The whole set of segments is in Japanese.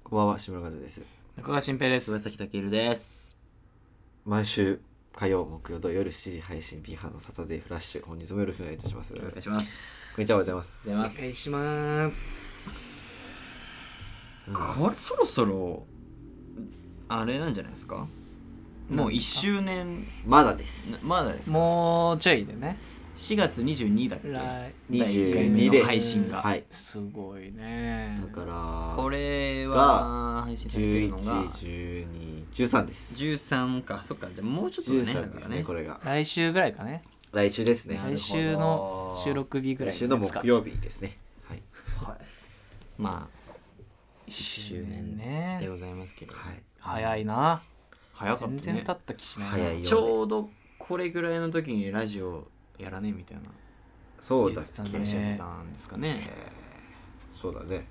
こんばんは、志村和です。 中川新平です。 岩崎健です。 毎週火曜、木曜と夜7時配信 B 班のサタデーフラッシュ。本日もよろしくお願いいたします。 お願いします。 こんにちは、おはようございます。 お願いします。 これそろそろあれなんじゃないですか。もう1周年。 まだです。 まだです。 もうちょいでね。 4月22だっけ。 22です。 配信が。 はい。 すごいね。 だからこれは配信されてるのが 11、12、13です。 13か。そっか。じゃあもうちょっとね。 13ですね、これが。 来週ぐらいかね。 来週ですね。 来週の収録日ぐらい。 来週の木曜日ですね。はい。 はい。 まあ1周年でございますけど。 はい。 早いな。 早かったね。 全然経った気しない。 早いよ。 ちょうどこれぐらいの時にラジオやらねみたいな。 そうだっ気がしてたんですかね。 そうだね。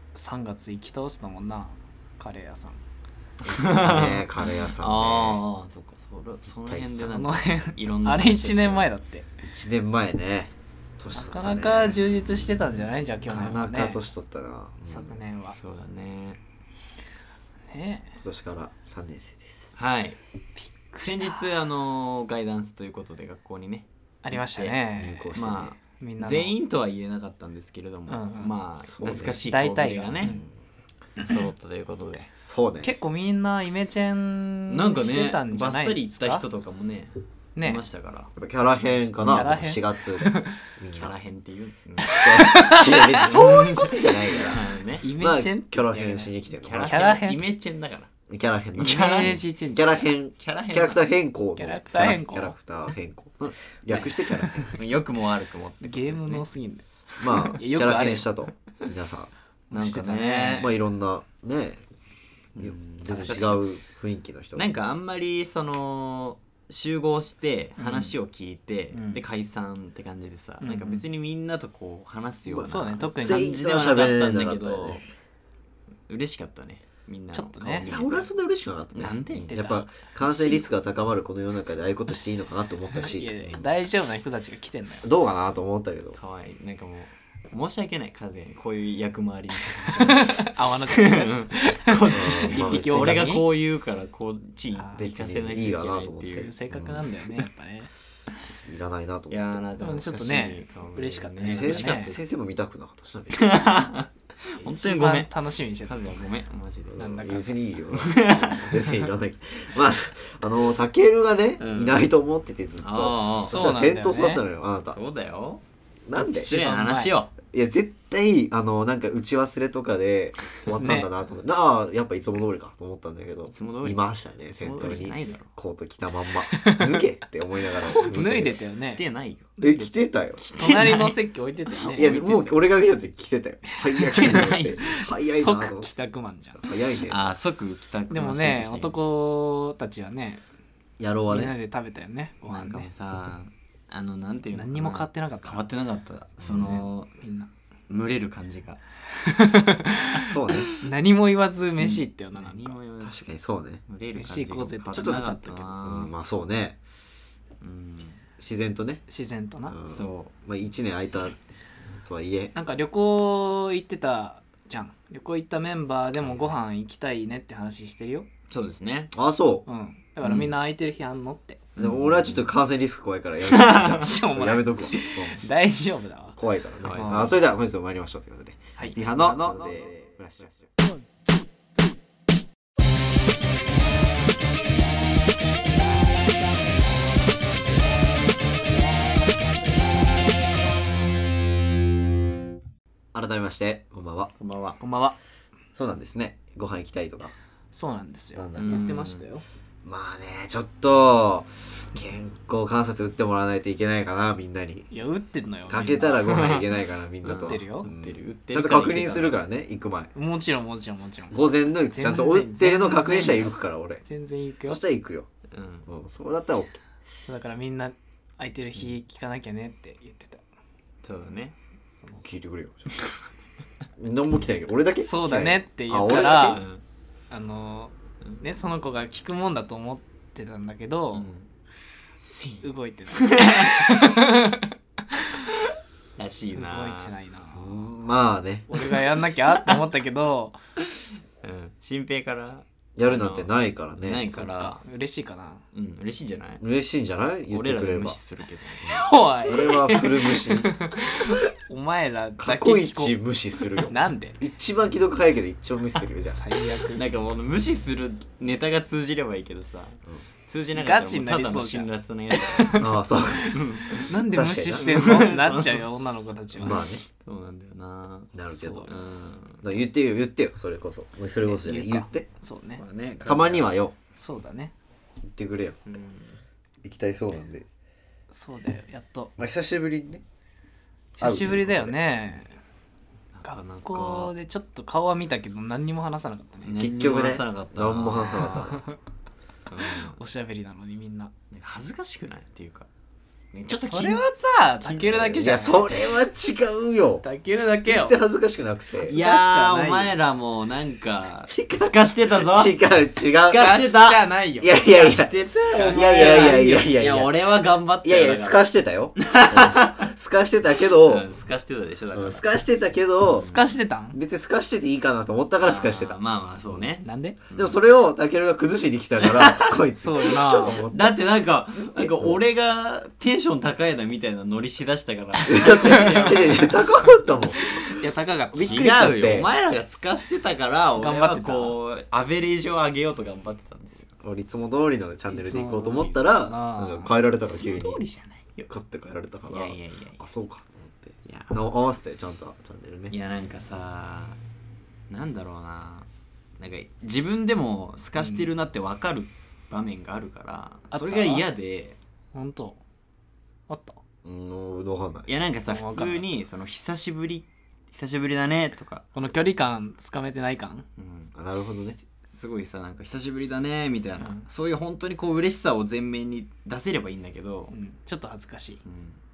3月行き倒したもんな、カレー屋さん。 ね、カレー屋さんね。 ああ、そっか、その辺でその辺いろんなあれ1年前だって。 1年前ね。 なかなか充実してたんじゃないじゃん、去年はね。 なかなか年取ったな。 昨年は。 そうだね。 ね。 今年から3年生です。 はい。先日ガイダンスということで学校にねありましたね。 入校してね。 まあみんな全員とは言えなかったんですけれども、まあ懐かしい顔ぶれがね揃ったということで。 そうね。 結構みんなイメチェンなんかねしてたんじゃバッサリないですか。 言った人とかもねいましたから。 やっぱキャラ編かな。 キャラ編 4月でみんキャラな。 編っていう。 別にそういうことじゃないから。 ね。 イメまあチェンキャラ編しに来てるのかな。 キャラ編イメチェンだから。 キャラ編の。 イメージチェンジ。 キャラ編。 キャラ編。 キャラクター変更の。 キャラクター変更キャラクター変更。略してキャラ編。 良くも悪くもってことですね。 ゲームのすぎんだよ。 まあキャラよくあれ編したと皆さん。 なんかしてたねね。 まあいろんなね、全然違う雰囲気の人が。 なんかあんまり集合して話を聞いて、 うんで解散って感じでさ、 うんなんか別にみんなとこう話すようなそうね特に感じではなかったんだけ全員とは喋れなかったど、 よね嬉しかったねみんなのちょっとねいや俺はそんな嬉しくなかったね。 なんでやっぱ感染リスクが高まるこの世の中でああいうことしていいのかなと思ったいし、 やいや大丈夫な人たちが来てんだよ。 どうかなと思ったけど。 かわいい。なんかもう申し訳ない和也にこういう役回りにさせてしまって合わなかった。 こっちうんまあ一匹俺がこう言うからこっち行か別せなきゃいけにいいかなないと思ってっていう。 性格なんだよねやっぱね。 別にいらないなとい思って。 やーなんかでもちょっとね嬉しかったね先嬉しかった先生も見たくなかったしな別に。 本当にごめん一番楽しみにしてた和。也ごめんマジでなんだか別にいいよ。全然いらない。まあタケルがね、 うんいないと思っててずっと。 ああそしたら先頭させたのよあなた。 そうだよなんで？ 失礼な話よ。 いや絶対なんか打ち忘れとかで終わったんだなと思って、ああやっぱいつも通りかと思ったんだけど、 いつも通りいましたね先頭いつも通りじゃないにだろコート着たまんま脱げって思いながら脱いでたよね来。てないよ。 着てたよ。 隣の席置いてたよね。 いやもう俺が見た時着てたよ。早いてないって早いなと思って即帰宅マンじゃん。 早いね。 ああ即帰宅でもね男たちはね野郎はね。 みんなで食べたよねごなんかも飯ね。 さなんていうのかな何にも変わってなかった。 変わってなかったみんな群れる感じがそうね。 何も言わず飯行ったよななんか。 何も言わず確かにそうね。 群れる感じが変わってなかったちょっとなかったけどなまあそうね。 うん自然とね。 自然とな。 うんそまあ1年空いたとはいえ。 なんか旅行行ってたじゃん。旅行行ったメンバーでもご飯行きたいねって話してるよ。 うそうですねあそうん。だからみんな空いてる日あんのって。 う。でも俺はちょっと感染リスク怖いからやしょうもないめとくわ。うん大丈夫だわ。 怖いからね。 かわいそれでは本日も参りましょうということで。 はい。 リハのサタデーフラッシュ。改めましてこんばんは。 こんばんはこんばんは。 そうなんですね。ご飯行きたいとか。 そうなんですよ。 なんだかやってましたよ。 まあね、ちょっと健康観察打ってもらわないといけないかなみんなに。 いや打ってんのよ。 かけたらご飯いけないからみんなと。 打ってるようん売ってるちゃんと確認するからね行く前。 もちろんもちろんもちろん。 午前のちゃんと打ってるの確認したら行くから俺。 全然行くよそし。たら行くよ。 うんうん、そうだったら OK。 だからみんな空いてる日聞かなきゃねって言ってた。 そうだねその聞いてくれよ。何も来てないけど俺だけ。 そうだねって言あ俺ったらだねその子が聞くもんだと思ってたんだけど、動いてない。 らしい動いなてないな。 けまあね。 俺がやんなきゃって思ったけど新平からやるなんてないからね。 ないから嬉しいかな。 嬉しいんじゃない？ 嬉しいんじゃない？言って俺らくれれば。 無視するけどおい俺はフル無視。 お前ら過だけ聞こ去一無視するよ。 なんで一番既読早いけど一応無視するよじゃ最悪なんかもう無視するネタが通じればいいけどさ、通じなかったらもうただの辛辣なやつあ。ああ、そう。 なんで無視してんのなっちゃうよ女の子たちは。 まあね。 そうなんだよな。 なるけど。 そうだから言ってよ、それこそ。それこそじゃない。言って。 そうね。 たまにはよ。 そうだね。 言ってくれよ。行きたいそうなんで。 そうだよ、やっと。 まあ久しぶりにね。 久しぶりだよね。 なかなか学校でちょっと顔は見たけど何にも話さなかったね。 結局ね。 何も話さなかったな。 何も話さなかった。 おしゃべりなのにみんな。 なんか恥ずかしくないっていうか、ちょっとそれはさ、たけるだけじゃん。 いや、それは違うよ。 たけるだけよ。 全然恥ずかしくなくて。 いやー、お前らもなんか違うすかしてたぞ。 違う。 すかしてたじゃないよ。 いやいやいや。 してた。 いやいやいや俺は頑張っていやいや、すかしてたよ。すかしてたけど、 すかしてたでしょだから。 すかしてたけど、 すかしてたん？ 別にすかしてていいかなと思ったからすかしてた。 まあまあそうね。 なんで？ でもそれをたけるが崩しに来たからこいつそうだな一緒と思って。 だってなんか俺がテンション高いなみたいなノリしだしたから。 だって違う高かったもん。 いや、高かった。 びっくりしちゃって違うよ。お前らがすかしてたから俺は頑張ってたこうアベレージを上げようと頑張ってたんですよ。 俺いつも通りのチャンネルで行こうと思ったらなんか変えられたから急にその通りじゃないよ。 カッて変えられたからいやあ、そうかといや思って合わせてちゃんとチャンネルね。 いやなんかさ、なんだろうな、なんか自分でもすかしてるなって分かる場面があるから、それが嫌で。 ほんとあった？ わかんない。 いやなんかさ、普通にその久しぶりだねとか、 この距離感つかめてない感？ あ、なるほどね。 すごいさ、なんか久しぶりだねみたいな、そういう本当にこう嬉しさを前面に出せればいいんだけど、 ちょっと恥ずかしい。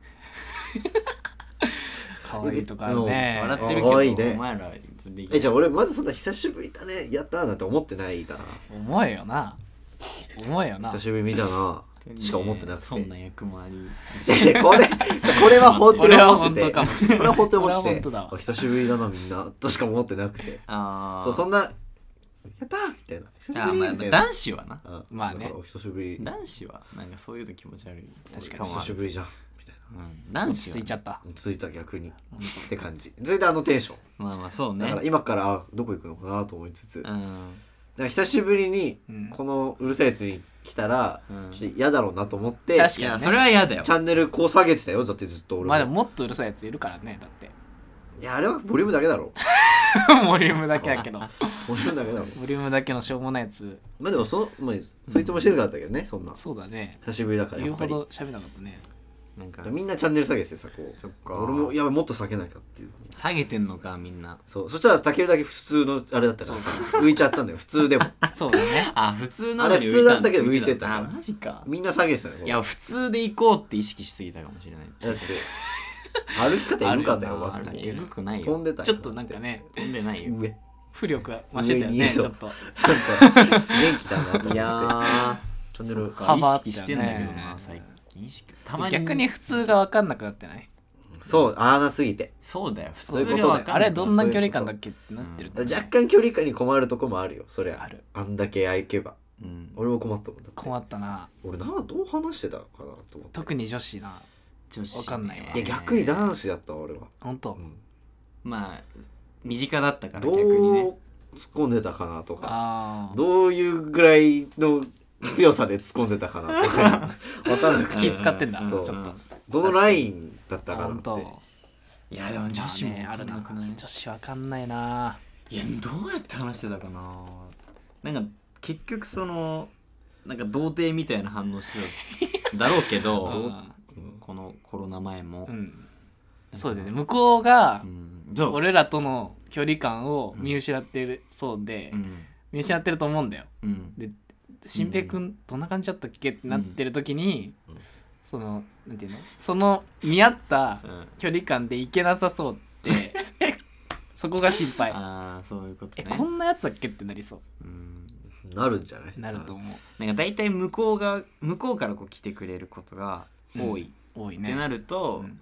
可愛いとかある笑ね。 ってるけど、 可愛いねお前らじゃあ俺まずそんな久しぶりだねやったーなんて思ってないから。 思えよな。思えよな。 久しぶり見たなしか思ってなくて。 そんな役もあり。 これは本当に思ってて、 これは本当かもしれないこれは本当に思ってこれは本当だわて、久しぶりだなみんなとしか思ってなくて、そんなやったーみたいな、久しぶりみたいな。 男子はな、 まあね、 久しぶり、 男子はなんかそういうの気持ち悪い。 確かに久しぶりじゃんみたい男落ち着い子ちゃった。 な、ついた逆にって感じ。それでテンションまあまあそうね。 だから今からどこ行くのかなと思いつつ、だかうんら久しぶりにこのうるさいやつに来たらちょっと嫌だろうなと思って確かにねいやそれは嫌だよ。 チャンネルこう下げてたよ。だってずっと俺まあでももっとうるさいやついるからね、だっていやあれはボリュームだけだろ。 ボリュームだけだけどボリュームだけだろ。 ボリュームだけのしょうもないやつ。 まあでもそいつも静かだったけどね、そんなそうだね、 久しぶりだから言うやっぱりほど喋らなかったね。 なんかみんなチャンネル下げててさ、こうそっか俺もやばいもっと下げないかっていう。 下げてんのかみんな。 そう、そしたらたけるだけ普通のあれだったからさ浮いちゃったんだよ普通でも。 そうだねあ、普通なのにあれ普通だったけど浮いてたからあ、マジか。 みんな下げてたね。 いや普通で行こうって意識しすぎたかもしれない。 だって歩き方エグかったよ。 あるよな待ってエグくないよ。 飛んでたよちょっとなんかね飛んでないよ。 上浮力が増してたよ上にそうねちょっと。 なんか元気だなと思って。 いやチャンネルー、 幅あったよね意識してんだけどな最近。意識たまに逆に普通が分かんなくなってない？ そうあーなすぎてそうだよ。普そういうことだよ通が分かんないあれどんな距離感だっけってなってるからね若干距離感に困るとこもあるよ。そりゃある。 あんだけ行けばうん俺も困ったもんだって。 困ったな、 俺どう話してたかなと思って。 特に女子な。 女子ねわかんないわいや逆に男子だったわ俺は。 ほんと、 まあ身近だったからどう逆にね。 突っ込んでたかなとか、 ああどういうぐらいの強さで突っ込んでたかなとか分からなくて、 気使ってんだ、 うんちょっと。 どのラインだったかなって。 ほんといやでも女子もまあねあるな。 分かんなくない？ 女子わかんないな。 いやどうやって話してたかな。なんか結局そのなんか童貞みたいな反応してただろうけどあこのコロナ前もーうんそうだよね、向こうがそう俺らとの距離感を見失ってるそうで、見失ってると思うんだよ。で新平くんどんな感じだったっけってなってる時に、そのなんていうの、その見合った距離感でいけなさそうってそこが心配。 ああそういうことね。 こんなやつだっけってなりそう。 なるんじゃない？ なると思う。 なんか大体向こうからこう来てくれることが多い、 多いね。 ってなると、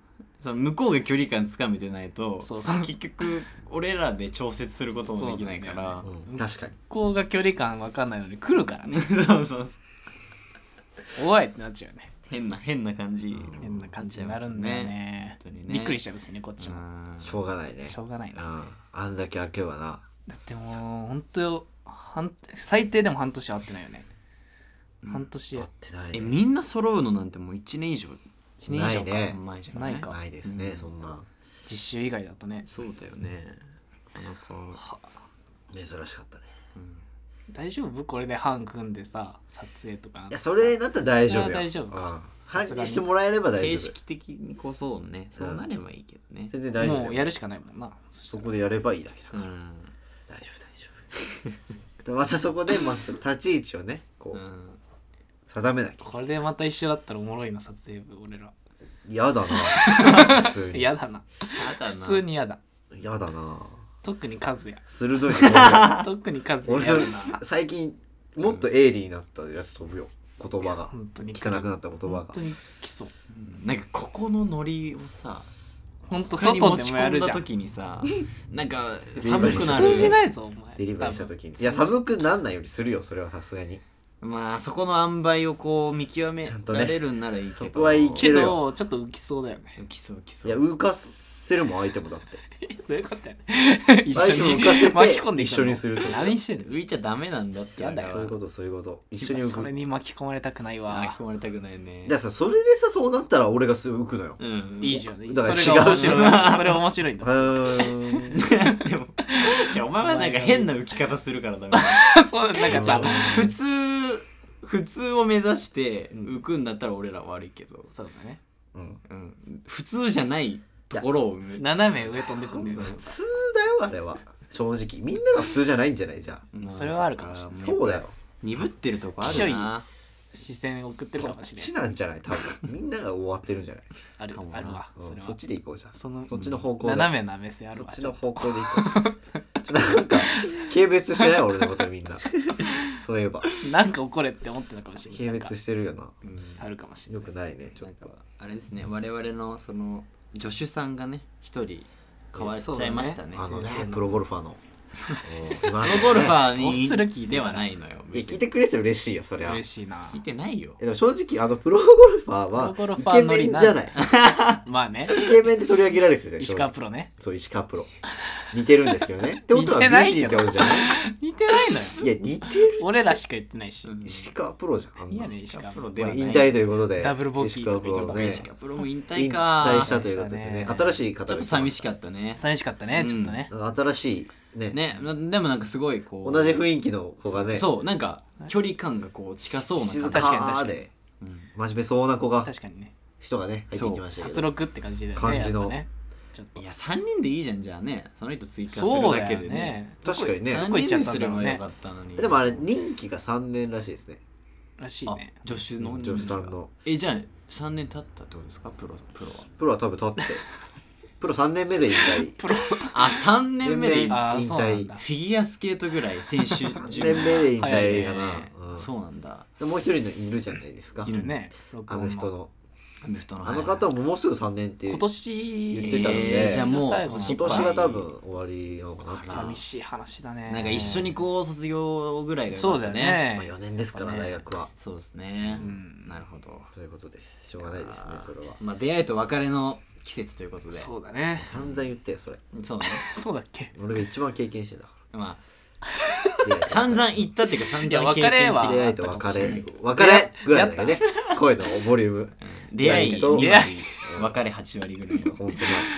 その向こうが距離感つかめてないとそうそう結局俺らで調節することもできないから、 確かに向こうが距離感分かんないのに来るからねそうそうおいってなっちゃうよね。 変な感じ、 変な感じになるんだよね。 本当にねびっくりしちゃうんですよねこっちも。 しょうがないね。 しょうがないな。 うんあんだけ開けばな。 だってもう本当よ最低でも半年会ってないよね。半年合ってないね。 みんな揃うのなんてもう1年以上 1年以上ないね前じゃないないかないですね、そんな。 実習以外だとね。 そうだよね。なんか珍しかったね。 大丈夫これで班組んでさ撮影とか。 いや、それだったら大丈夫よ。 それは大丈夫かうん管理してもらえれば大丈夫。 形式的にこそね、そうなればいいけどね。 全然大丈夫よ。 もうやるしかないもんな。 そこでやればいいだけだから。 うん大丈夫大丈夫。でまたそこでまた立ち位置をね、こう定めなきゃ。 これでまた一緒だったらおもろいな撮影部俺ら。 嫌だな。普通に。 嫌だな。普通に嫌だ。 嫌だな。 特に和也。 鋭いね。俺特に和也俺嫌だな。 最近もっと鋭利になったやつ飛ぶよ。言葉が本当に汚くなった言葉が本当。に来そう。 なんかここのノリをさ、 本当他に持ち外でもや込んだるじゃん。 時にさ、なんかリバイ寒くなる。 通じないぞお前。 デリバリーした時に。いや、寒くなんないようにするよ、それはさすがに。 まあそこの塩梅をこう見極めちゃんとねられるんならいいけど、 そこはいいけけるよどちょっと浮きそうだよね。 浮きそういや、浮かせるもん、相手もだって。 どういうことやね。一相手も緒に浮かせ巻き込んでて、一緒にすると。 何してんの。 浮いちゃダメなんだって。 やだよそういうこと、そういうこと。一緒に浮く。 それに巻き込まれたくないわ巻き。込まれたくないね。 だからさ、それでさ、そうなったら俺がすぐ浮くのよ。 いいじゃん。 だからそれが面違白い。それ面白いんだ。 でもじゃあお前はなんか変な浮き方するからダメだ。 そうなんかさ、 普通を目指して浮くんだったら俺ら悪いけど、 そうだね。 普通じゃないところを斜め上飛んでくんだよ。 普通だよ、あれは。正直。みんなが普通じゃないんじゃないじゃん。 それはあるかもしれない。 そうだよ。 鈍ってるとこあるな。 視線送ってるそっかもしれちない。 なんじゃない多分。みんなが終わってるんじゃないあるかもなあるわ。それはそっちで行こうじゃん。 そのそっちの方向で。 斜めな目線あるわ。 そっちの方向で行こう。なんか、軽蔑してない俺のことみんな。そういえば。 なんか怒れって思ってたかもしれない。 軽蔑してるよな。 あるかもしれない。 よくないね、ちょっと。 なんかあれですね、我々のその助手さんがね一人変わっちゃいましたね。 あのね先生、のプロゴルファーの。 プロゴルファーどうする聞いにてたらではないのよ。 いや、聞いてくれて嬉しいよ、そりゃ。 嬉しいな。 聞いてないよ。 でも正直、プロゴルファーは、 プロゴルフイケァーノリなメンじゃない。 まあね。 イケメンで取り上げられてるじゃん、 石川プロね。 そう、石川プロ。似てるんですけどね。ってことは似てない美人ってことじゃない似てないのよ。 いや、似てる。 俺らしか言ってないし。 石川プロじゃん、あんないやね、石川プロ。 ではない引退ということで、 ダブルボギー石川プロね、 石川プロも引引退か。 退したということでね、新しい方ちょっと寂しかったね。 寂しかったね、ちょっとね。 新しいね、 ね、でもなんかすごいこう同じ雰囲気の子がね、 そうなんか距離感がこう近そうな静感じ。 確かに確かにかで、真面目そうな子が、 確かにね。 人がね、入ってきましたけど。 殺戮って感じだよね。 感じのやっぱねちょっといや3人でいいじゃん。じゃあね、その人追加するそうだよだけでね。 ね。 確かにね。 どこ行っちゃ 3 ったんだろうね人にすればよかったのに。 でもあれ、任期が3年らしいですね。 らしいあね。 助手の助手さんの。 じゃあ3年経ったってことですか？プロは。 プロは多分立って、プロ3年目で引退。 プロ。 あ、3年目で引全面引あそうなん退だ。 フィギュアスケートぐらい選手 3年目で引退かな。うんそうなんだ。 でもう一人のいるじゃないですか。 いるね。 アメフトの。 アメフトのあの方ももうすぐ3年って今年言ってたので、 じゃあもう最後今年が多分終わりなのかなっていう。 寂しい話だね。 なんか一緒にこう卒業ぐらいがよそうだよかったね。 まあ4年ですから、大学は。 そうですね。 んなるほど。 そういうことです。しょうがないですね、それは。 まあ出会いと別れの季節ということで。 そうだね。 散々言ったよ、それ。 そうね。 そうだっけ。 俺が一番経験してたかまあら。 散々言ったっていうか散いや 々経験別れはして出会いと別れ。別れぐらいだけね。声のボリューム。 出会いと 2割別れ8割ぐらいの。 本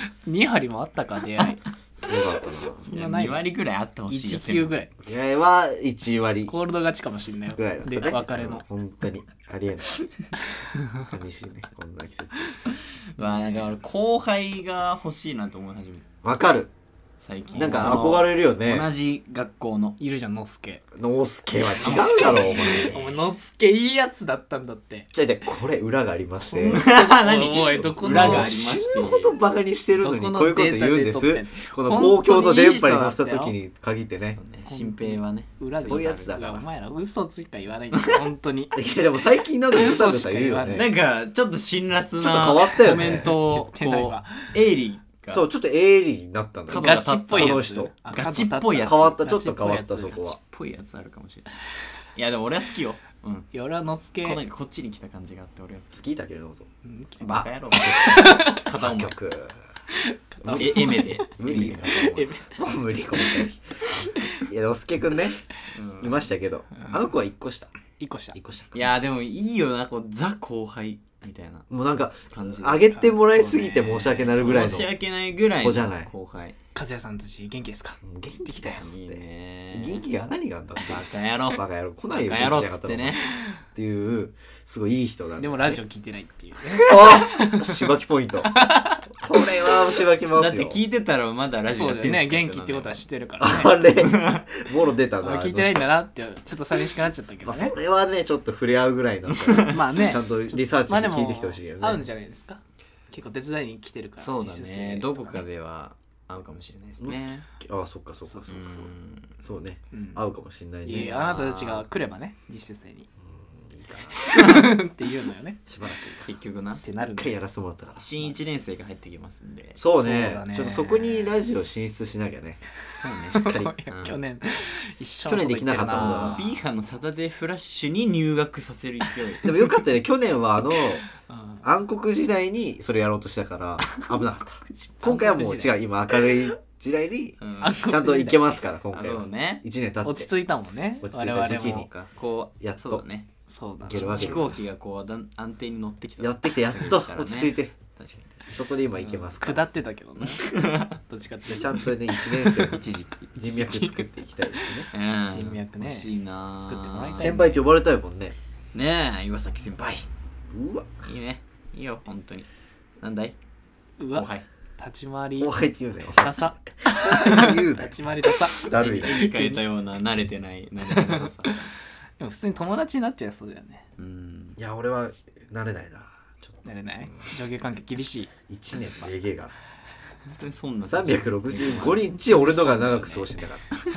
2針もあったか出会い。 当にすごかったな。 そんなない 2割ぐらいあってほしいよ。 1級ぐらい。 出会いは1割コールド勝ちかもしれないよ。 ぐらいだったね。 で別れの。 本当にありえない。寂しいね、こんな季節。 まあなんか俺後輩が欲しいなと思い始めた。 わかる。 最近なんか憧れるよね。 同じ学校のいるじゃん、のすけ。 のすけは違うだろお前。 お前のすけいいやつだったんだって。 じゃこれ裏がありまして。 何おい、どこの裏がありまして死ぬほどバカにしてるのにこういうこと言うんです。この公共の電波に乗せた時に限ってね。 新平はね、 裏でそういうやつだから。 お前ら嘘ついか言わないんだよ本当に。 いやでも最近なんか嘘とか言うよね。 なんかちょっと辛辣ちょっと変わったよねなコメントをこうエイリーそうちょっと鋭利になったんだよ。 ガチっぽいやつ。 ガチっぽいやつ。 変わった、ちょっと変わったそこは。 ガチっぽいやつあるかもしれない。いやでも俺は好きよ。うん。 いや俺はのすけ。 なんかこっちに来た感じがあって俺は好きだけれどもと。 バカ野郎。片思い。エメで。 無理。もう無理これ。いやのすけくんねいましたけど、あの子は1個下。 1個下。 いやでもいいよなこうザ後輩。みたいなもうなんかあげてもらいすぎて申し訳なるぐらいの申し訳ないぐらいの後輩。 和也さんたち元気ですか？ 元気だよって。 いいね。 元気が何があんだって。 バカ野郎。 バカ野郎来ないよ。 バカ野郎っつってね。 っていうすごいいい人なんで。 でもラジオ聞いてないっていうね。 あしばきポイント。これはしばきますよ。 だって聞いてたらまだラジオやってるんですね。元気ってことは知ってるからね。 あれボロ出たな。 聞いてないんだなってちょっと寂しくなっちゃったけどね。 それはねちょっと触れ合うぐらいだったらまあねちゃんとリサーチして聞いてきてほしいよね。 合うんじゃないですか。結構手伝いに来てるから。 そうだね。どこかでは合うかもしれないですね。 ああそっかそっかそうね合うかもしれないね。 いやあなたたちが来ればね実習生に。いいかなって言うのよね。 しばらく結局なってなるんで。一回やらせてもらったから。 新1年生が入ってきますんで。 そうね。ちょっとそこにラジオ進出しなきゃね。 そうねしっかり。 去年一緒去年できなかったもんだから。 B 班のサタデーフラッシュに入学させる勢い。 でもよかったね。去年は暗黒時代にそれやろうとしたから危なかった。今回はもう違う今明るい時代にちゃんといけますから今回は。1年経って落ち着いたもんね。 落ち着いた時期にこうやっとね。 そうだ。 飛行機がこう安定に乗ってきた。 やってきてやっと落ち着いて。 確かにそこで今いけますから。 下ってたけどね。どっちかってちゃんとね1年生の人脈作っていきたいですね。 人脈ね。 欲しいな。 作ってもらいたい。 先輩って呼ばれたいもんね。 ねえ岩崎先輩。 うわいいね。いいよ本当に。なんだい？ 後輩。 立ち回り。 後輩って言うなよ。 ダサ。 言うな。 立ち回りダサ。 だるいな。 言い換えたような慣れてないさ。 でも普通に友達になっちゃいそうだよね。 いや俺は慣れないな。 慣れない。上下関係厳しい。 1年レゲエが。 本当にそんな。 365日俺のが長く過ごしてんだから。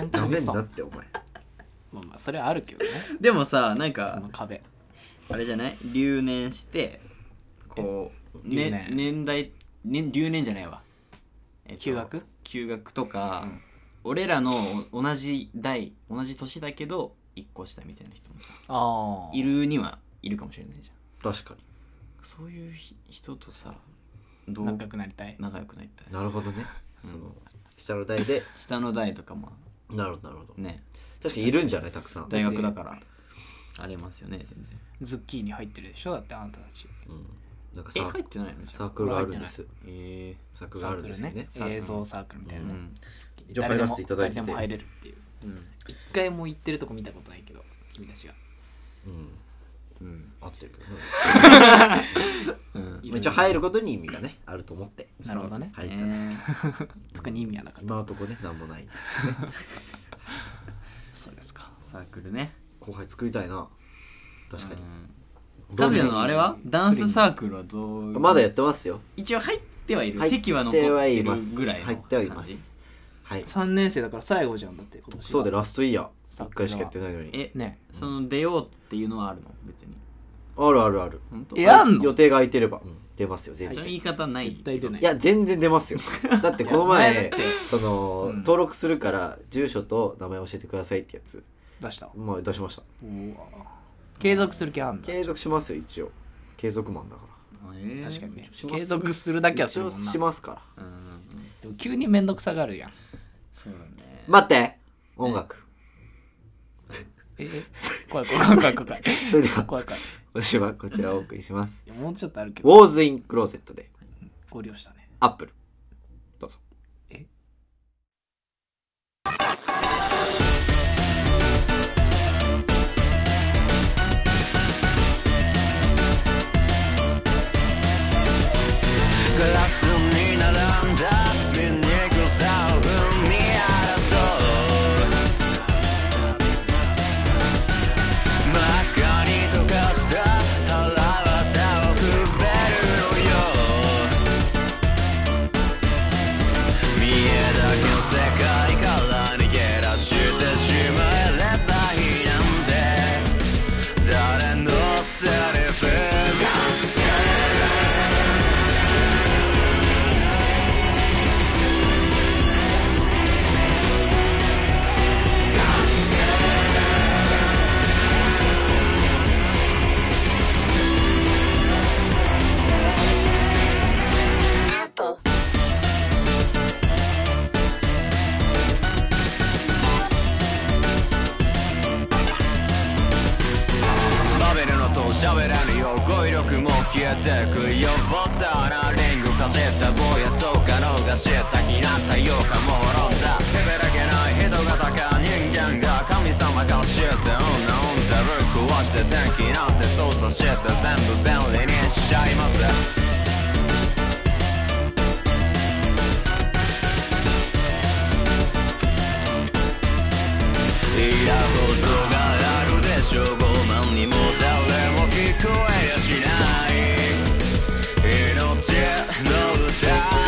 ダメになってお前。 まあそれはあるけどね。 でもさなんかその壁。 あれじゃない留年してこう年代留年じゃないわ。 休学とか、俺らの同じ年だけど1個下みたいな人もさいるにはいるかもしれないじゃん。 確かにそういう人とさ仲良くなりたい。 なるほどね。その下の代で下の代とかもなるほどね。 確かにいるんじゃないたくさん。 大学だからありますよね全然。 ズッキーに入ってるでしょだってあなたたち。 なんか入ってないの？ サークルがあるんです。サークルがあるんですよね。 映像サークルみたいなね。 一応入らせていただいて。 誰でも入れるっていう。一回も行ってるとこ見たことないけど君たちが。 合ってるけどね。一応入ることに意味がねあると思ってなるほどね入ったんですけど特に意味はなかった。 今のとこねなんもない。 そうですか。 サークルね。 後輩作りたいな。確かに。 カズヤのあれはダンスサークルはどう？ まだやってますよ。 一応入ってはいる。席は残ってるぐらいの。 入ってはいます。はい。 3年生だから最後じゃんだって今年。 そうでラストイヤー。1回しかやってないのに。 ね。 その出ようっていうのはあるの別に。 ある。 やんの？ 予定が空いてれば出ますよ全然。 その言い方ない。 絶対出ない。 いや全然出ますよ。だってこの前その登録するから住所と名前教えてくださいってやつ出した。 まあ出しました。 継続する気あんの？ 継続しますよ一応。継続マンだから。 確かにね。継続するだけはするもんな。 しますから。 でも急にめんどくさがるやん。 そうだね。 待って音楽。 怖い。それでは怖い。 私はこちらをお送りします。 もうちょっとあるけど。 ウォーズインクローゼットでご利用したね。 アップルどうぞ。 ガラスに並んだビニールサウン喋らぬよ語彙力も消えてくよボタナリングかじった坊やそうかのが知った日な太陽かも滅んだへべらけない人型か人間が神様かシステムなんてぶっ壊して天気なんて操作して全部便利にしちゃいますいやことがあるでしょう5万にも誰も聞こえやしない命の歌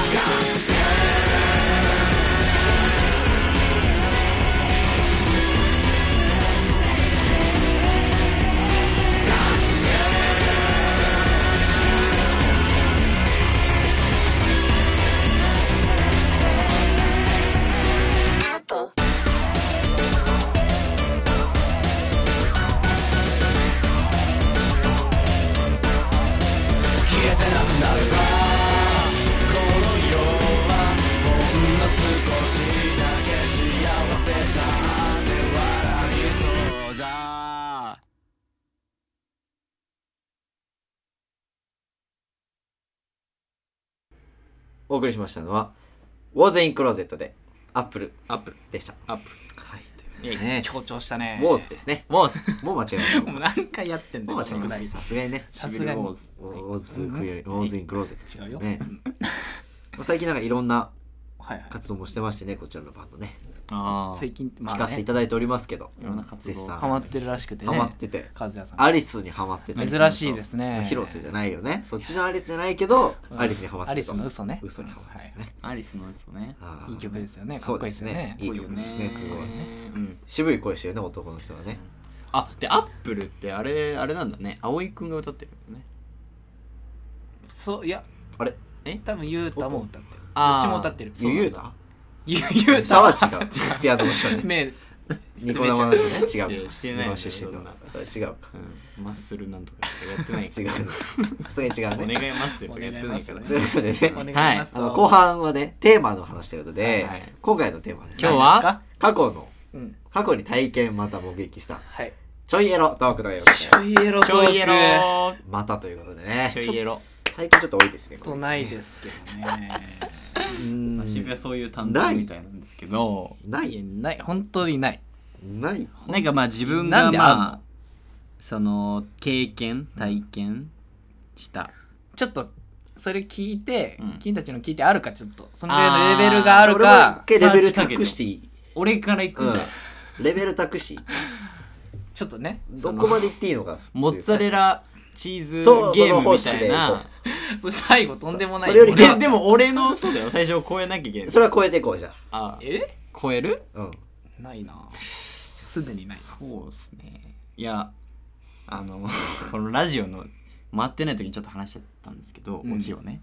お送りしましたのは Was in Closet でアップルでした。 アップルはいというね強調したね。 ウォーズですね。 ウォーズもう間違いない。 もう何回やってんだよ。 もう間違いない。さすがにね。 さすがに。 ウォーズインクローゼット。 違うよ。 ね。最近なんかいろんな活動もしてましてね、こちらのバンドね。 最近聞かせていただいておりますけど、 いろんな活動ハマってるらしくてね。 ハマってて、 和也さんアリスにハマってて、 珍しいですね。 広瀬じゃないよね。そっちのアリスじゃないけど、アリスにハマってる。 アリスの嘘ね。 嘘にハマってるね。 アリスの嘘ね。 いい曲ですよね。かっこいいですね。 いい曲ですね。すごいね。渋い声してるね、男の人はね。 でアップルってあれなんだね。葵くんが歌ってるよね。 そういやあれ多分ゆうたも歌ってる。どっちも歌ってる。 ゆうたゆうたは違う。ピアノの人ね。ニコ生の人ね。違う。 してない。 出身の。違うか。 マッスルなんとかやってない。 違う。さすがに違うね。 お願いマッスルやってないから。 ということでね。はい。後半はね、テーマの話ということで、今回のテーマです。 今日は過去に体験また目撃した。ちょいエロトークだよ。 ちょいエロトーク。 またということでね。 ちょいエロ。 最近ちょっと多いですね。 とないですけどね。 渋谷そういう担当みたいなんですけど、 ない本当にない。 なんかまあ自分がまあその経験体験したちょっとそれ聞いて、君たちの聞いてあるかちょっとそのぐらいのレベルがあるか。 レベル託していい？ 俺から行くじゃん。 レベル託し。 ちょっとね。 どこまで行っていいのか。 モッツァレラチーズゲームみたいな。 最後とんでもない。 でも俺のそうだよ。最初超えなきゃいけない。 それは超えていこうじゃあ。超える？ ないな。すでにない。 そうですね。いやこのラジオの回ってない時にちょっと話しちゃったんですけど、オチをね。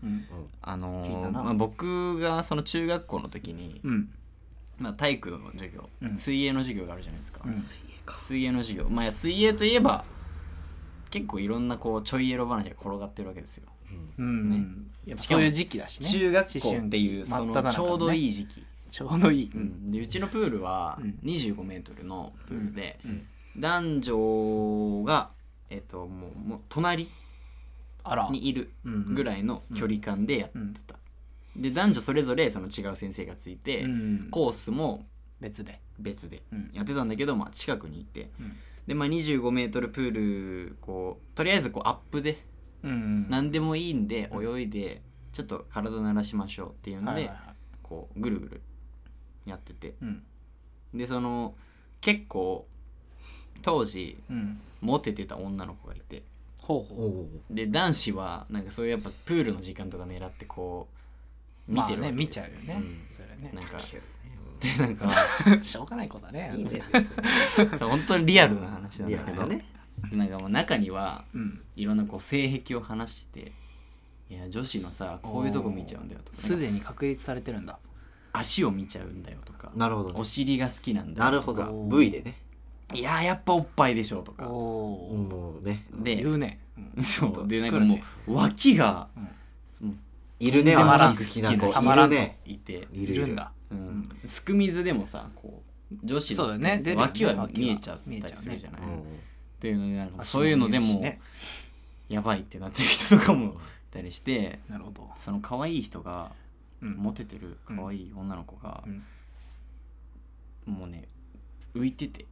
僕がその中学校の時に体育の授業、水泳の授業があるじゃないですか。水泳の授業。水泳といえば結構いろんなこうちょいエロ話が転がってるわけですよ。 そういう時期だしね。 中学校っていうそのちょうどいい時期。 ちょうどいい。 でうちのプールは25メートルのプールで、男女がもう隣にいるぐらいの距離感でやってた。で男女それぞれその違う先生がついて、コースも別でやってたんだけど、近くにいて、で25メートルプールこうとりあえずこうアップで何でもいいんで泳いでちょっと体慣らしましょうっていうのでこうぐるぐるやってて、でその結構当時モテてた女の子がいて、で男子はなんかそういうやっぱプールの時間とか狙ってこう見てるわけですよ。 見ちゃうよね。 なんかでなんかしょうがないことだね。 本当にリアルな話なんだけど、なんかもう中にはいろんなこう性癖を話して、いや女子のさこういうとこ見ちゃうんだよとか、 すでに確立されてるんだ。 足を見ちゃうんだよとか、 なるほど、 お尻が好きなんだよとか、なるほど、V でね、 いややっぱおっぱいでしょとか、 もうね、 で言うね。 そうでなんかもう脇がいるね、脇好きな子いるね、 いているんだ。 すく水でもさこう女子の脇は見えちゃったりするじゃない。っっていうのでなんかそういうのでもやばいってなってる人とかもいたりして、 なるほど。 その可愛い人が、モテてる可愛い女の子が、もうね浮いてて、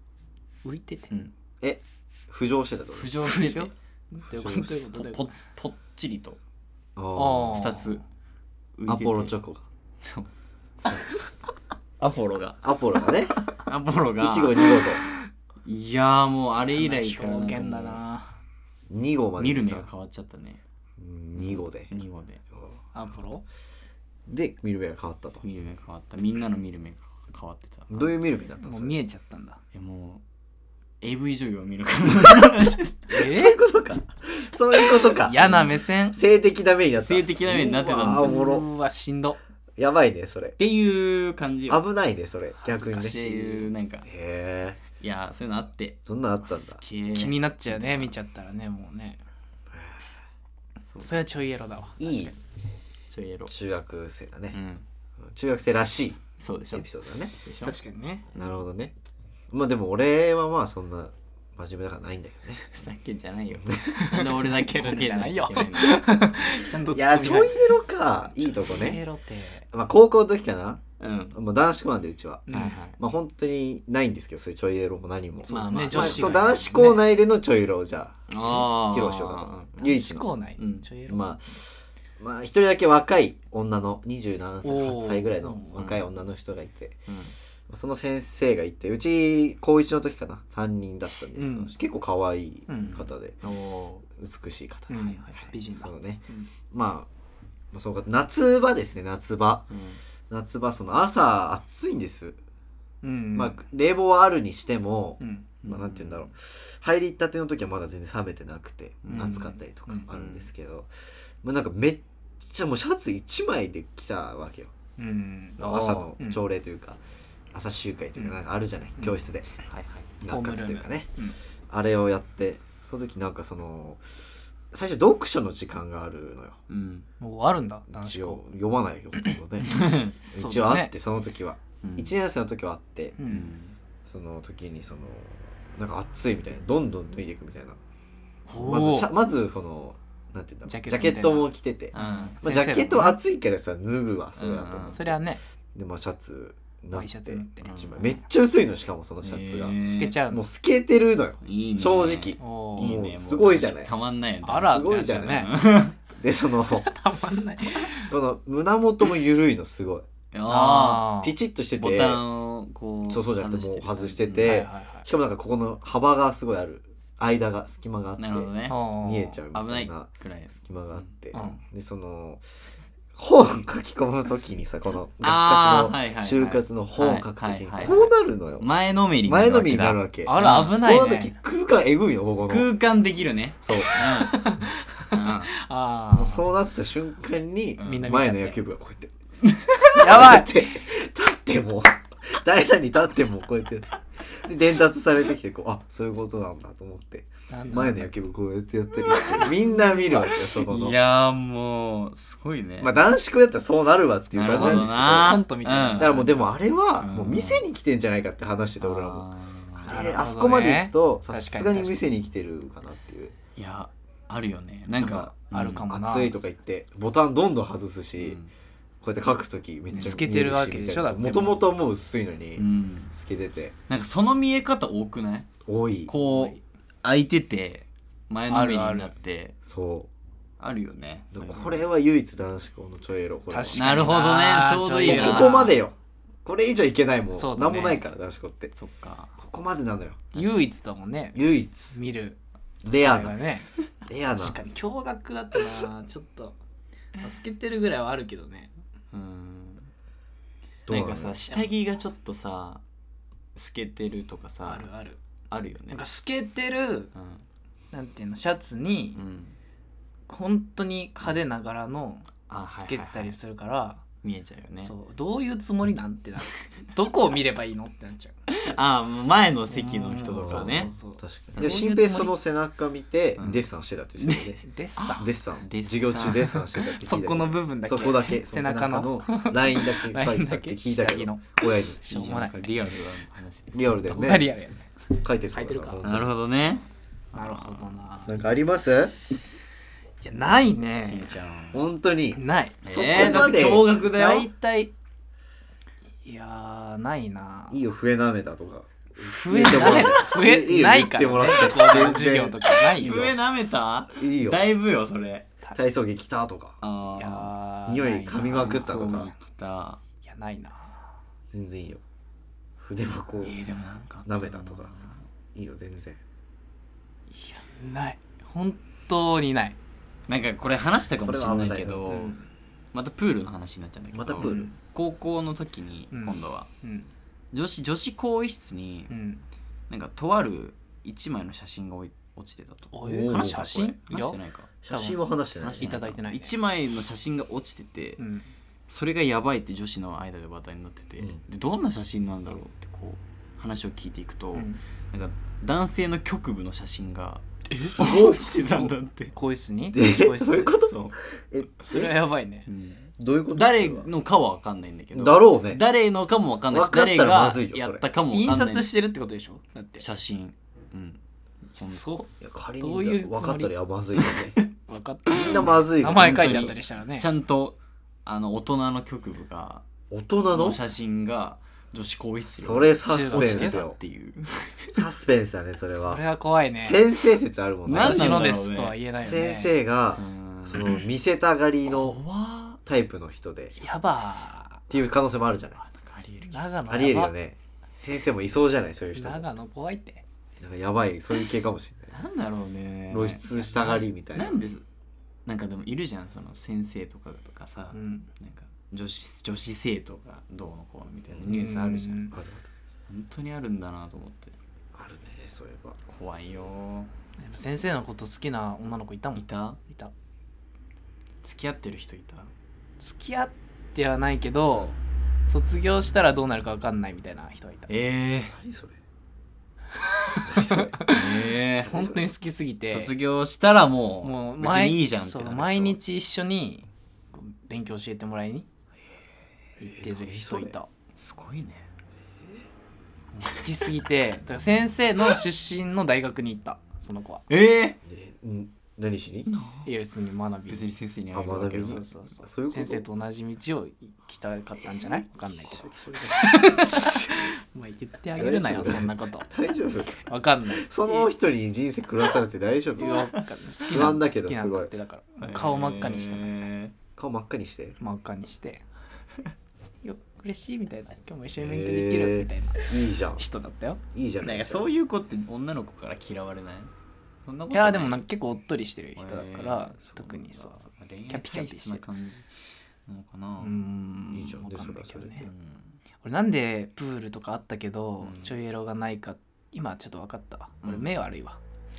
浮上してたってこと？ 浮上しててぽっちりと2つ浮いてて、 アポロチョコがそうアポロがねアポロが 1号2号といやーもうあれ以来から表現だな。 2号まで見る目が変わっちゃったね。 2号でアポロで見る目が変わったと。 見る目変わった。みんなの見る目が変わってた。 どういう見る目だったんですか？ もう見えちゃったんだ。 いやもう AV 女優を見るからそういうことか。そういうことか。 嫌な目線。 性的な目になった。 性的な目になってたんだ。 うわしんど。 やばいねそれ。 っていう感じよ。 危ないねそれ逆にね。 っていうなんか。 へえ。 いやそういうのあって。 そんなあったんだ。 気になっちゃうね見ちゃったらねもうね。それはちょいエロだわ。 いい。 ちょいエロ。 中学生だね。中学生らしい。 そうでしょ。 エピソードだね。 確かにね。 なるほどね。まあでも俺はまあそんな真面目だからないんだよね。 ふざけんじゃないよ。俺だけじゃないよ。 ちゃんといやちょいエロかいいとこね。 エロってまあ高校の時かな。 うんまあ男子校なんでうちは。まあ本当にないんですけどそういうちょいエロも何も。 まあね女子そう男子校内でのちょいエロをじゃあ披露しようかと。 唯一の校内ちょいエロ。 まあ一人だけ若い女の27歳8歳ぐらいの若い女の人がいて。その先生がいてうち高1の時かな担任だったんです、結構可愛い方で、美しい方で、 美人だそうね、まあそうか夏場ですね夏場その朝暑いんです、まあ冷房はあるにしても、まあなんて言うんだろう入りたての時はまだ全然冷めてなくて暑かったりとかあるんですけど、まあなんかめっちゃもうシャツ1枚で来たわけよ、朝の朝礼というか、朝集会というかなんかあるじゃない、教室で学活というかね、あれをやってその時なんかその最初読書の時間があるのよ、 もうあるんだ一応読まないよほとんどね一応あってその時は、1年生の時はあって、その時にそのなんか暑いみたいなどんどん脱いでいくみたいな、まずそのなんていうんだジャケットも着てて、まあ、ジャケットは暑いからさ脱ぐわそれだと思う、 それはねでまあシャツなって 1 枚めっちゃ薄いのしかもそのシャツが透けちゃうもう透けてるのよ正直もうすごいじゃないたまんないよねあらすごいじゃないでそのたまんないこの胸元も緩いのすごいピチッとしててボタンをこうそうじゃなくてもう外しててしかもなんかここの幅がすごいある間が隙間があって見えちゃうみたいな隙間があってでその本書き込むときにさこの学活の就活の本書くときにこうなるのよ前のめりになるわけあら危ないねその時空間えぐいよここの空間できるねそうそうなった瞬間に前の野球部がこうやってやばい立っても大胆に立ってもこうやってで伝達されてきてこうあそういうことなんだと思って前の野球部こうやってやったりしてみんな見るわけよそこのいやもうすごいねまあ男子校だったらそうなるわっていう感じなんですけどコントみたいなだからもうでもあれはもう店に来てんじゃないかって話してて俺らもあそこまで行くとさすがに店に来てるかなっていういやあるよねなんかあるかもな暑いとか言ってボタンどんどん外すしこうやって書くときめっちゃ透けてるわけでしょだってもともともう薄いのに透けててなんかその見え方多くない多いこう開いてて前のめりになってそうあるよねこれは唯一男子校のちょいエロなるほどねちょうどいいなここまでよこれ以上いけないもんなんもないから男子校ってそっかここまでなのよ唯一だもんね唯一見るレアなねレアな確かに驚愕だったなちょっと透けてるぐらいはあるけどねなんかさ下着がちょっとさ透けてるとかさあるよねなんか透けてるなんていうのシャツに本当に派手な柄のつけてたりするから見えちゃうよねそうどういうつもりなんてなどこを見ればいいのってなっちゃう前の席の人とかね確かにで新平その背中見てデッサンしてたって言ってデッサン授業中デッサンしてたって聞いたそこの部分だけそこだけ背中のラインだけ書いてたって聞いたけど親にしょうもないリアルな話リアルだよねリアルやね書いてるなるほどねなるほどな。 なんかあります？ いやないね。 しんちゃん本当にない。 そこまで驚愕だよ。 大体いやーないな。 いいよ笛舐めたとか。 笛ないからね。授業とかないよ。 笛舐めた？ いいよ。 だいぶよそれ。 体操着着たとか。 いや匂い噛みまくったとか。 いやないな。 全然いいよ。筆箱をでもなんか舐めたとかいいよ全然。 いやない本当にない。 なんかこれ話したかもしれないけど、またプールの話になっちゃうんだけど、 またプール、 高校の時に今度は、女子更衣室になんかとある1枚の写真が落ちてたと。 話した？写真？ 話してないか。 写真は話してない。 いただいてない。 1枚の写真が落ちてて、それがやばいって女子の間で話題になってて、でどんな写真なんだろうってこう話を聞いていくと、なんか男性の局部の写真が落ちてたんだって。 更衣室に？ どういうこと？ それはやばいね。 どういうこと？ 誰のかは分かんないんだけど。 だろうね。 誰のかも分かんないし、誰がやったかも分かんない。 印刷してるってことでしょ？だって写真。 そう。 いや仮に分かったらまずいよね。 分かった。 みんなまずいよ。 名前書いてあったりしたらね。 ちゃんと大人の局部が大人の写真が女子更衣室それサスペンスよっていうサスペンスだねそれは。 それは怖いね。 先生説あるもんね。 何なんだろうね。 ですとは言えないよね。 先生がその見せたがりのタイプの人でやばっていう可能性もあるじゃない。ありえるよね。先生もいそうじゃないそういう人も。 長野怖いって。 なんかやばいそういう系かもしれない。 なんだろうね。 露出したがりみたいな。 なんかでもいるじゃんその先生とかさ、なんか女子生徒がどうのこうのみたいなニュースあるじゃん。本当にあるんだなと思って。 あるねそういえば。 怖いよ。 先生のこと好きな女の子いたもん。 いた。付き合ってる人いた？ 付き合ってはないけど卒業したらどうなるか分かんないみたいな人がいた。 何それ。 本当に好きすぎて卒業したらもう別にいいじゃんって。 そう毎日一緒に勉強教えてもらいに行ってる人いた。 すごいね。 好きすぎてだから先生の出身の大学に行ったその子は。 何しに？ いや別に学び。 別に先生に会うわけ。 そう先生と同じ道を行きたかったんじゃない？分かんないけど。お前言ってあげるなよそんなこと。 大丈夫？ 分かんない。 その人に人生狂わされて大丈夫？不安だけどすごい。 だから顔真っ赤にして。 顔真っ赤にして。 真っ赤にして。よ嬉しいみたいな。今日も一緒に勉強できるみたいな。 いいじゃん。 人だったよ。 いいじゃん。 なんかそういう子って女の子から嫌われない？ いやでもなんか結構おっとりしてる人だから特にそうキャピキャピしてる感じなのかな。 いいじゃん。でそれはそれで。 俺なんでプールとかあったけどちょいエロがないか今ちょっと分かったわ。俺目悪いわ。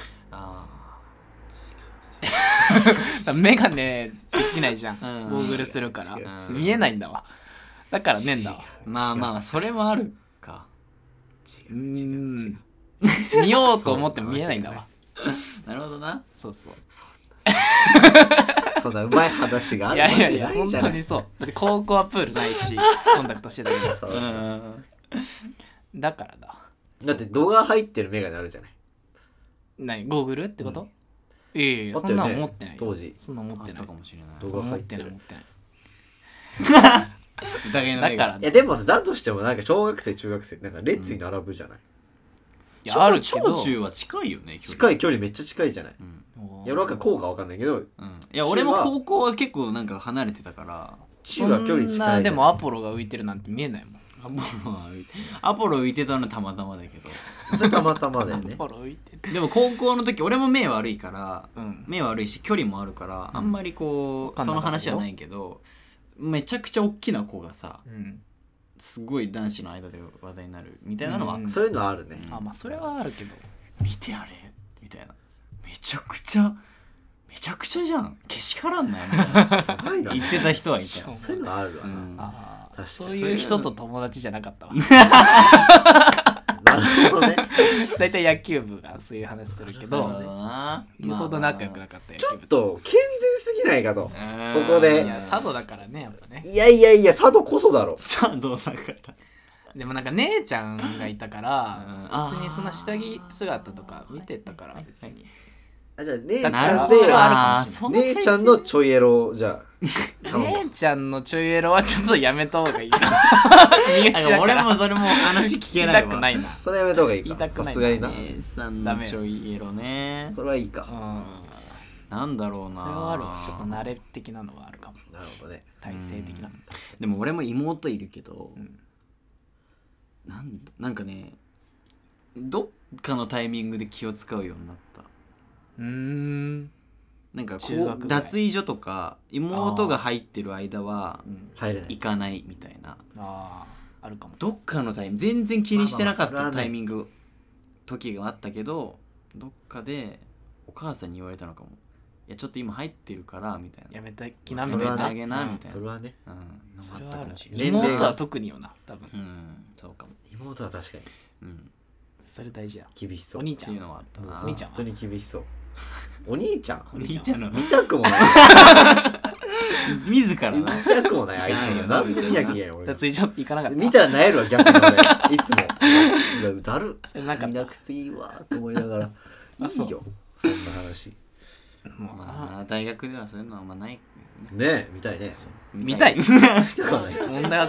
目がねできないじゃん。ゴーグルするから見えないんだわ。だからねえんだわ。 まあそれはあるか。 見ようと思っても見えないんだわ。 なるほどな。 そうそんなうまい話があるわけないじゃん。 本当にそう。だって高校はプールないしコンタクトしてたけど。だからだ。 だって度が入ってるメガネあるじゃない。 何ゴーグルってこと？いやそんなの持ってない。 当時そんな持ってない。 かもしれない。 度が入ってる。 持ってない。 疑いの目が。 いやでもだとしてもなんか小学生中学生なんか列に並ぶじゃない。 いやあるけど小中は近いよね。 近い距離めっちゃ近いじゃない。いや俺はこうか分かんないけど、 いや俺も高校は結構なんか離れてたから中は距離近い。 でもアポロが浮いてるなんて見えないもん。 アポロ浮いてたのたまたまだけどそれたまたまだよね。 アポロ浮いてる。 でも高校の時俺も目悪いから、目悪いし距離もあるから、あんまりこうその話はないけど、めちゃくちゃ大きな子がさ、すごい男子の間で話題になるみたいなのは、 そういうのはあるね。 まあそれはあるけど、 見てあれみたいな、めちゃくちゃじゃん、けしからんなみたいな言ってた人はいた。 そういうのはあるわな。 そういう人と友達じゃなかったわ。 なるほどね。 だいたい野球部がそういう話するけど、言うほど仲良くなかったよ。 ちょっと健全すぎないかと。ここで。 いや佐渡だからねやっぱね。 いや佐渡こそだろ。 佐渡だから。 でもなんか姉ちゃんがいたから別にそんな下着姿とか見てたから別にじゃあ姉ちゃんで姉ちゃんのちょいエロじゃあ姉ちゃんのちょいエロはちょっとやめた方がいいか俺もそれも話聞けないわ。 言いたくないな。 それやめた方がいいか。さすがにな。 姉さんのちょいエロね。 それはいいか。 なんだろうな。 それはあるわ。ちょっと慣れ的なのはあるかも。 なるほどね。 体制的な。 でも俺も妹いるけど、なんかね、どっかのタイミングで気を使うようになった。なんかこう脱衣所とか妹が入ってる間は行かないみたいな。 あるかも。 どっかのタイミング全然気にしてなかったタイミング時があったけど、どっかでお母さんに言われたのかも。いやちょっと今入ってるからみたいな。 やめたきなみたいな。あげなみたいな。 それはね。 それはある。妹は特によな多分。 そうかも。 妹は確かに。 それ大事や。 厳しそう。 お兄ちゃん。 お兄ちゃん。本当に厳しそう。お兄ちゃん。 お兄ちゃんの見たくもない。 自ら見たくもないあいつになんで見なきゃいけない俺。 脱衣所行かなかった。 見たら萎えるわ逆に俺いつも。だる。見なくていいわと思いながら。いいよそんな話。 まあ大学ではそういうのはあんまないねえ見たいね。 見たい。 見たくはない。 問題は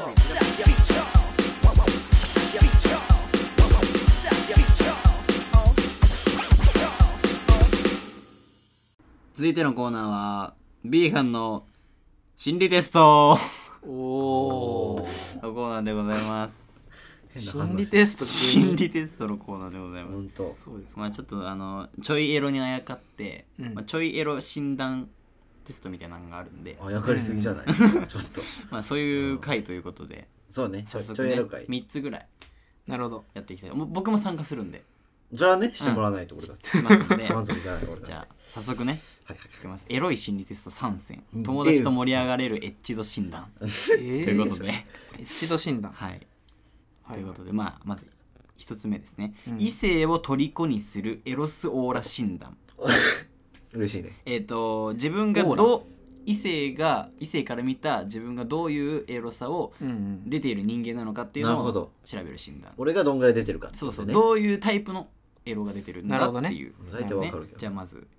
続いてのコーナーは B 班の心理テストおーのコーナーでございます。 心理テスト心理テストのコーナーでございます。 本当。 そうです。 まあちょっとちょいエロにあやかって、ちょいエロ診断テストみたいなのがあるんで。 あやかりすぎじゃない。ちょっと。 まあそういう回ということで。 そうね。ちょいエロ回。 3つぐらい。 なるほど。 やっていきたい。僕も参加するんで。 じゃあねしてもらわないと俺だって。 しますんで。 満足いかない俺だ。 じゃあ早速ね。はいいきます。エロい心理テスト3選。友達と盛り上がれるエッチ度診断。ということで。 エッチ度診断。 はい。ということでまず1つ目ですね。異性を虜にするエロスオーラ診断。 嬉しいね。 自分が異性から見た自分がどういうエロさを出ている人間なのかっていうのを調べる診断。 俺がどんぐらい出てるか。 そうそうどういうタイプのエロが出てるんだっていう。 大体わかるけど。 じゃあまず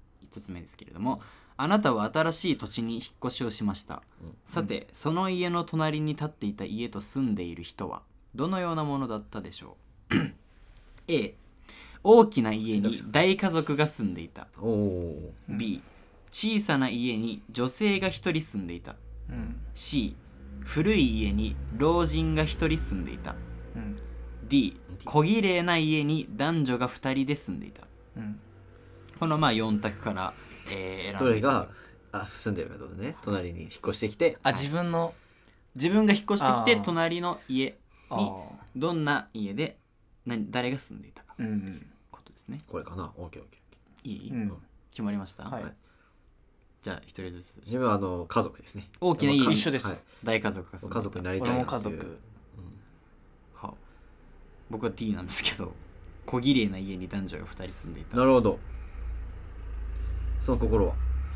1つ目ですけれども、あなたは新しい土地に引っ越しをしました。さてその家の隣に立っていた家と住んでいる人はどのようなものだったでしょう。A 大きな家に大家族が住んでいた。B 小さな家に女性が一人住んでいた。C 古い家に老人が一人住んでいた。D 小綺麗な家に男女が2人で住んでいた。この4択から選ぶ。 どれが住んでるかどうかね。隣に引っ越してきて自分が引っ越してきて隣の家にどんな家で誰が住んでいたかことですね。 これかな。オッケーオッケー。いい、決まりました。はい。じゃあ一人ずつ。 自分は家族ですね。 大きな家に一緒です。 大家族が住んでいた。 家族になりたいなっていう。 家族。 は。僕は T なんですけど、小綺麗な家に男女が2人住んでいた。 なるほど。その心は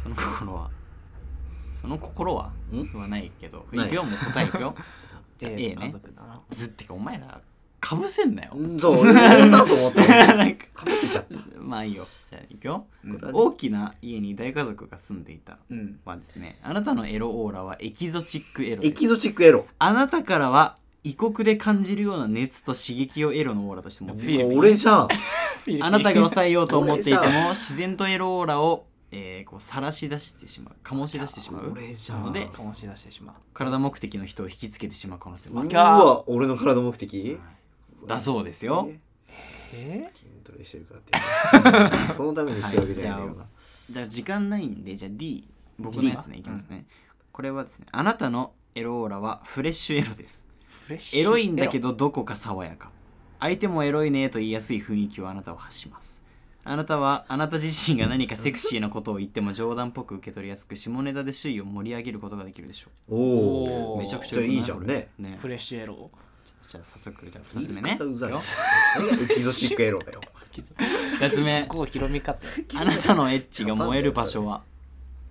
はないけど。いくよもう答えいくよ。じゃあ A ね。ずってかお前らかぶせんなよ。 そう俺だと思った。かぶせちゃった。 まあいいよ。じゃあいくよ。大きな家に大家族が住んでいたはですね、あなたのエロオーラはエキゾチックエロです。 エキゾチックエロ。 あなたからは異国で感じるような熱と刺激をエロのオーラとして持っている。 俺じゃん。 あなたが抑えようと思っていても自然とエロオーラをこう晒し出してしまう、醸し出してしまうので、 醸し出してしまう。 体目的の人を引きつけてしまう可能性もある。 うわ、俺の体目的だそうですよ。 筋トレしてるからってそのためにしてるわけじゃないよな。 じゃあ時間ないんで、じゃあ D 僕のやつねいきますね。これはですね、あなたのエロオーラはフレッシュエロです。エロいんだけどどこか爽やか、相手もエロいねと言いやすい雰囲気をあなたは発します。あなたはあなた自身が何かセクシーなことを言っても冗談っぽく受け取りやすく、下ネタで周囲を盛り上げることができるでしょう。 おお、 めちゃくちゃいいじゃんね。 フレッシュエロ。 じゃあ早速じゃあ2つ目ね。 エキゾチックエロだよ。 2つ目。 こう広みかって。 あなたのエッチが燃える場所は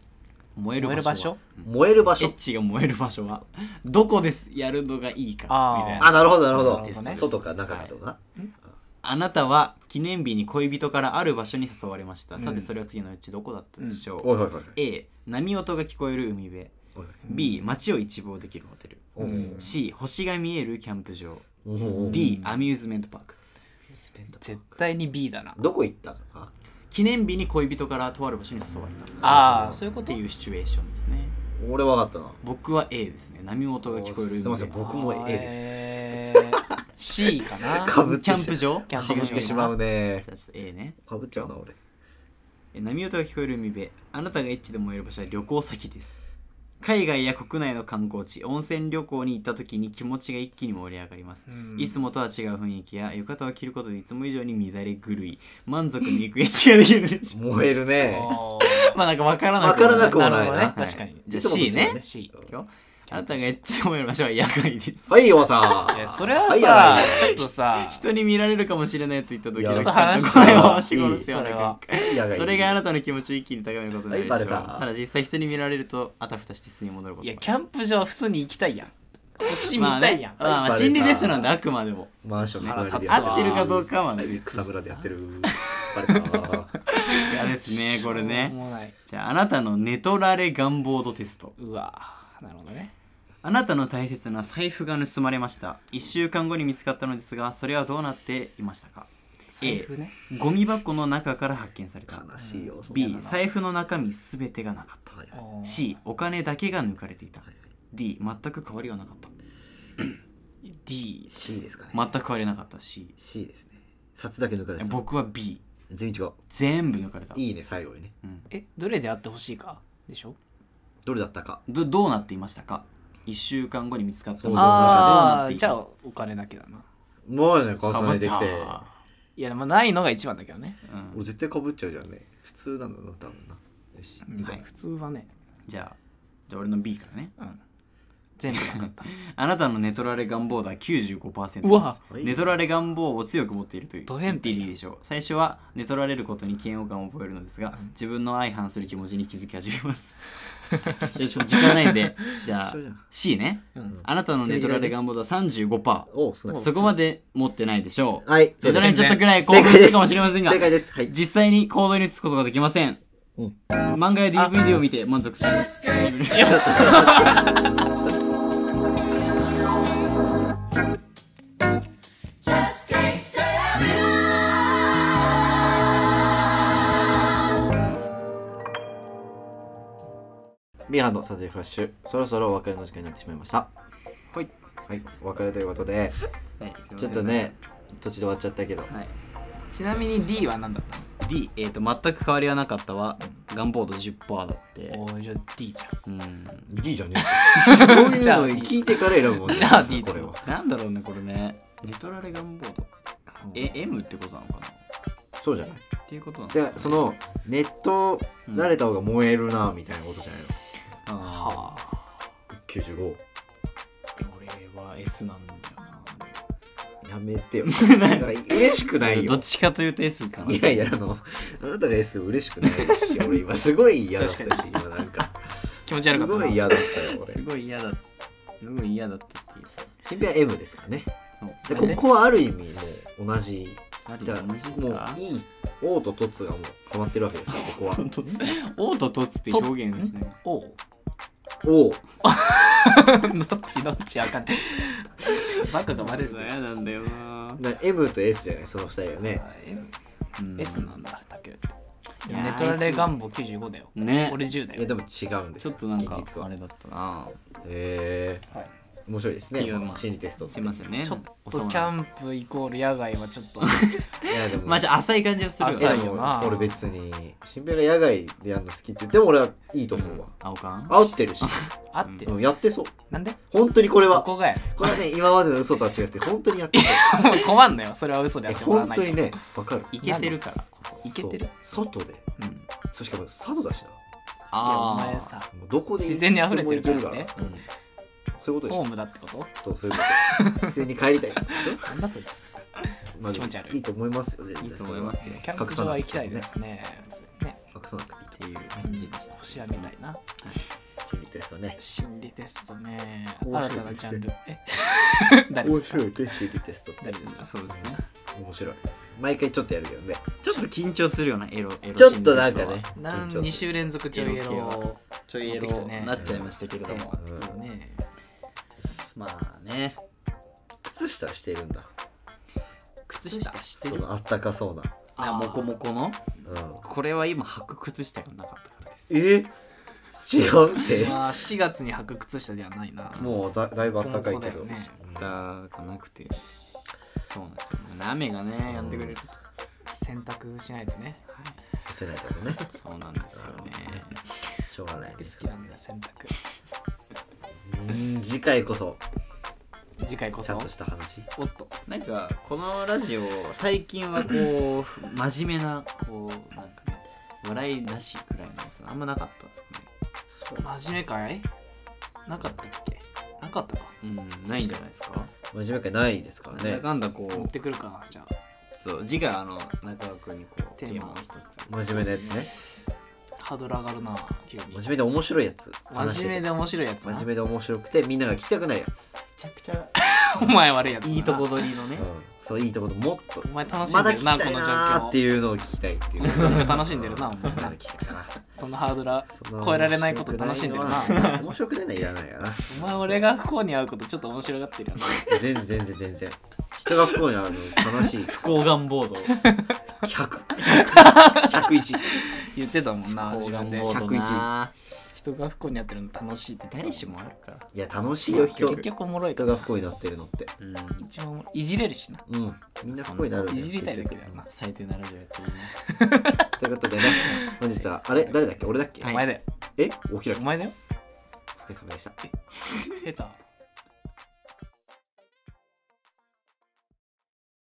燃える場所は燃える場所エッチが燃える場所はどこですやるのがいいかみたいな。なるほどなるほど、 ね、 外か中かってことな、 あなたは記念日に恋人からある場所に誘われました、さてそれは次のうちどこだったでしょう、A 波音が聞こえる海辺、B 街を一望できるホテル、C 星が見えるキャンプ場、D アミューズメントパーク。 絶対に B だな。 どこ行ったか。 記念日に恋人からとある場所に誘われた。 ああ、そういうことっていうシチュエーションですね。 俺分かったな。 僕は A ですね。波音が聞こえる。 すみません、僕も A です。 C かな。 かぶってキャンプ場？ かぶってしまうね。 じゃあちょっと A ね。 かぶっちゃうな俺。 波音が聞こえる海辺。あなたがエッチで燃える場所は旅行先です。海外や国内の観光地、温泉旅行に行った時に気持ちが一気に盛り上がります。いつもとは違う雰囲気や浴衣を着ることでいつも以上に乱れ狂い、満足にいくエッチができるでしょう。 燃えるね。 まあなんか分からなくもないな。 確かに。 じゃあ C ね。 C。 あなたがエッチで燃える場所は野外です。 はい、終わった。 いや、それはさ、ちょっとさ、 人に見られるかもしれないと言った時ちょっと話してそれはそれがあなたの気持ちを一気に高めることになるでしょう。ただ実際人に見られるとあたふたして巣に戻ること。 いや、キャンプ場は普通に行きたいやん。星見たいやん。 まあ心理テストなんであくまでもマンションの隣で合ってるかどうかはね、 草むらでやってる。バレた。 いやですね、これね。じゃああなたの寝取られ願望度テスト。 うわ、なるほどね。 あなたの大切な財布が盗まれました。1週間後に見つかったのですが、それはどうなっていましたか？ A、ゴミ箱の中から発見された。 悲しいよ。 B、財布の中身すべてがなかった。C、お金だけが抜かれていた。D、全く変わりはなかった。 D、 C ですかね。 全く変わりなかった。 C ですね。札だけ抜かれてた。 僕は B、 全員違う。 全部抜かれた。 いいね、最後にね。どれであってほしいかでしょ。 どれだったか。 どうなっていましたか？1週間後に見つかったのがどうなっていた。じゃあお金だけだな。 もうね、重ねてきて。 いや、まあないのが一番だけどね。 俺絶対かぶっちゃうじゃんね。普通なんだな、多分な。よし。 普通はね。 じゃあ俺の B からね。 全部なかった。 あなたの寝取られ願望度は 95% です。寝取られ願望を強く持っているという言っていいでしょう。最初は寝取られることに嫌悪感を覚えるのですが、自分の相反する気持ちに気づき始めます。ちょっと時間ないんで、じゃあ C ね。あなたの寝取られ願望度は 35%。そこまで持ってないでしょう。 はい。 寝取られちょっとくらい興奮するかもしれませんが、 正解です。 実際に行動に移すことができません。漫画や DVD を見て満足する。 ミーハンのサタデーフラッシュ、そろそろお別れの時間になってしまいました。 はい、 お別れということで、ちょっとね途中で終わっちゃったけど、 ちなみに D は何だったの？ D、全く変わりはなかったは願望度 10% だって。 じゃあ D じゃん。 D じゃねえ。そういうの聞いてから選ぶもんね。 じゃあ D これはなんだろうね、これね。寝取られ願望度M ってことなのかな。 そうじゃないっていうことなの。 で、そのネット慣れた方が燃えるなみたいなことじゃないの。 はあ、 95。 俺は S なんだよな。 やめてよ。なんか嬉しくないよ。 どっちかというと S かな。 いや、あなたが S 嬉しくないし、俺今すごい嫌だったし、今なんか気持ち悪かった。 すごい嫌だったよ、俺。 すごい嫌だったっていう。 新品は M ですからね。で、ここはある意味もう同じ。もういい、O と凸がもうハマってるわけですから、ここは。 O と凸って表現ですね。 O。 どっちわかんない。バカがバレる。 嫌なんだよな。 M と S じゃない、その2人はね。 S なんだ、だけど。ネトラレ願望95だよ。 ね。 俺10だよ。 でも違うんです。 ちょっとなんかあれだったな。 面白いですね。心理テスト。 すいませんね。 ちょっとキャンプイコール野外はちょっと。 いやでもまあじゃあ浅い感じがする。 浅いよな。 俺別に新平が野外でやるの好きって言っても俺はいいと思うわ。 青感？ 合ってるし。 合ってる。 やってそう。 なんで？ 本当にこれは。 ここがや。 これはね今までの嘘とは違って本当にやってる。 困んのよ。それは嘘でやってもらわない。 本当にねわかる。 いけてるから。 いけてる。 外で。そしかも佐渡だしな。 お前さ。 どこで自然に溢れてるからね。 そういうことでしょ。 ホームだってこと？ そういうこと。自然に帰りたい。 なんだそいつ。 気持ち悪い。いいと思いますよ、全然。 いいと思いますよ。 キャンプ場は行きたいですね。 隠さなくていいっていう感じでした。 星は見たいな。 心理テストね。 心理テストね。 面白い新たなジャンル。誰面ですか？ 白いね心理テストって誰ですか？ そうですね。 面白い。毎回ちょっとやるけどね。 ちょっと緊張するようなエロちょっとなんかね 2週連続ちょいエロちょいエロなっちゃいましたけれども、 ね。 まあね、 靴下してるんだ。 靴下してる。 そのあったかそうな。 モコモコの、これは今履く靴下がなかったからです。 違うって。 まあ4月に履く靴下ではないな。 もうだいぶあったかいけど。 靴下がなくて、そうなんですよね。雨がねやってくれる。 洗濯しないとね。 干せないけどね。 そうなんですよね。 しょうがないです。 好きなんだ洗濯。 次回こそちゃんとした話。 おっと、 なんかこのラジオ最近はこう真面目なこうなんかね笑いなしくらいのやつあんまなかったんですかね。 真面目かい？なかったっけ？なかったか。 ないんじゃないですか。 真面目かないですからね。 なんだこう持ってくるかじゃあ。 そう次回中川君にこうテーマを一つ真面目なやつね。 ハードル上がるな急に。 真面目で面白いやつ。 真面目で面白いやつな。 真面目で面白くてみんなが聞きたくないやつ。 めちゃくちゃお前悪いやつ。 いいとこ取りのね。 そういいところもっと。 お前楽しんでるな、 まだ聞きたいなーっていうのを聞きたいっていう。 楽しんでるな、お前な。 聞きたいかな。 そんなハードル超えられないこと楽しんでるな。 面白くないのはいらないよな。 お前俺が不幸に会うことちょっと面白がってるよな。 全然。人が不幸になるの悲しい。 不幸願ボード 101 言ってたもんな、自分で。 101 人が不幸になってるの楽しいって誰しもあるから。 いや楽しいよ。 結局おもろい人が不幸になってるのって。 一番いじれるしな。 みんな不幸になるんだよ。 いじりたいだけだよな。 最低なラジオやっていますということでね、本日は誰だっけ？俺だっけ？ お前だよ。 お開き。 お前だよ。 お疲れ様でした。 下手。